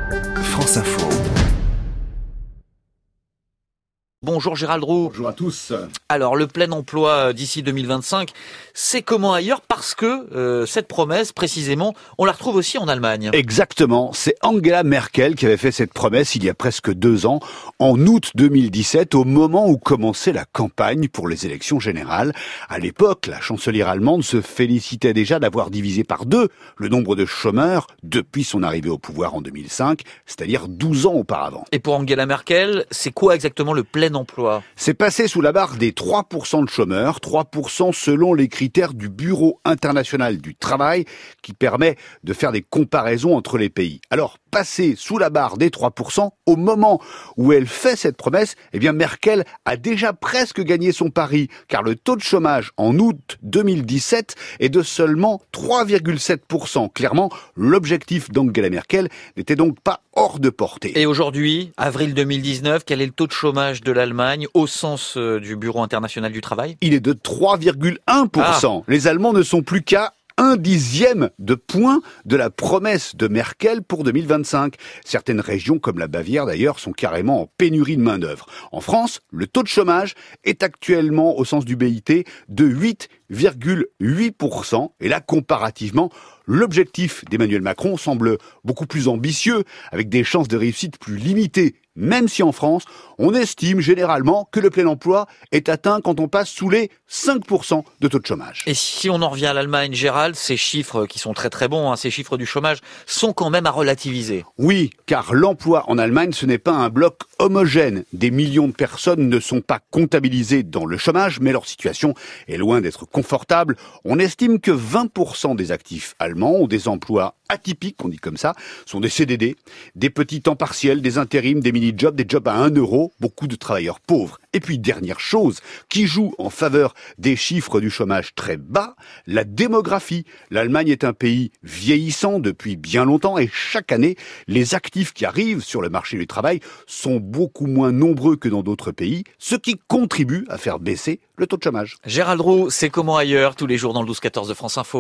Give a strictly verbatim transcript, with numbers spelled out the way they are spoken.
France Info. Bonjour Gérald Roux. Bonjour à tous. Alors le plein emploi d'ici deux mille vingt-cinq, c'est comment ailleurs parce que euh, cette promesse précisément, on la retrouve aussi en Allemagne. Exactement, c'est Angela Merkel qui avait fait cette promesse il y a presque deux ans, en août deux mille dix-sept, au moment où commençait la campagne pour les élections générales. À l'époque, la chancelière allemande se félicitait déjà d'avoir divisé par deux le nombre de chômeurs depuis son arrivée au pouvoir en deux mille cinq, c'est-à-dire douze ans auparavant. Et pour Angela Merkel, c'est quoi exactement le plein emploi? C'est passé sous la barre des trois pour cent de chômeurs, trois pour cent selon les critères du Bureau international du travail qui permet de faire des comparaisons entre les pays. Alors, passer sous la barre des trois pour cent, au moment où elle fait cette promesse, eh bien Merkel a déjà presque gagné son pari, car le taux de chômage en août deux mille dix-sept est de seulement trois virgule sept pour cent. Clairement, l'objectif d'Angela Merkel n'était donc pas hors de portée. Et aujourd'hui, avril deux mille dix-neuf, quel est le taux de chômage de l'Allemagne au sens euh, du Bureau international du travail? Il est de trois virgule un pour cent. Ah. Les Allemands ne sont plus qu'à un dixième de point de la promesse de Merkel pour deux mille vingt-cinq. Certaines régions, comme la Bavière d'ailleurs, sont carrément en pénurie de main-d'œuvre. En France, le taux de chômage est actuellement, au sens du B I T, de huit virgule huit pour cent. Et là, comparativement, l'objectif d'Emmanuel Macron semble beaucoup plus ambitieux, avec des chances de réussite plus limitées. Même si en France, on estime généralement que le plein emploi est atteint quand on passe sous les cinq pour cent de taux de chômage. Et si on en revient à l'Allemagne, Gérald, ces chiffres qui sont très très bons, hein, ces chiffres du chômage, sont quand même à relativiser. Oui, car l'emploi en Allemagne, ce n'est pas un bloc homogène. Des millions de personnes ne sont pas comptabilisées dans le chômage, mais leur situation est loin d'être confortable. On estime que vingt pour cent des actifs allemands ont des emplois atypiques, on dit comme ça, sont des C D D, des petits temps partiels, des intérims, des mini-jobs, des jobs à un euro, beaucoup de travailleurs pauvres. Et puis, dernière chose qui joue en faveur des chiffres du chômage très bas, la démographie. L'Allemagne est un pays vieillissant depuis bien longtemps et chaque année, les actifs qui arrivent sur le marché du travail sont beaucoup moins nombreux que dans d'autres pays, ce qui contribue à faire baisser le taux de chômage. Gérald Roux, c'est comment ailleurs tous les jours dans le douze quatorze de France Info.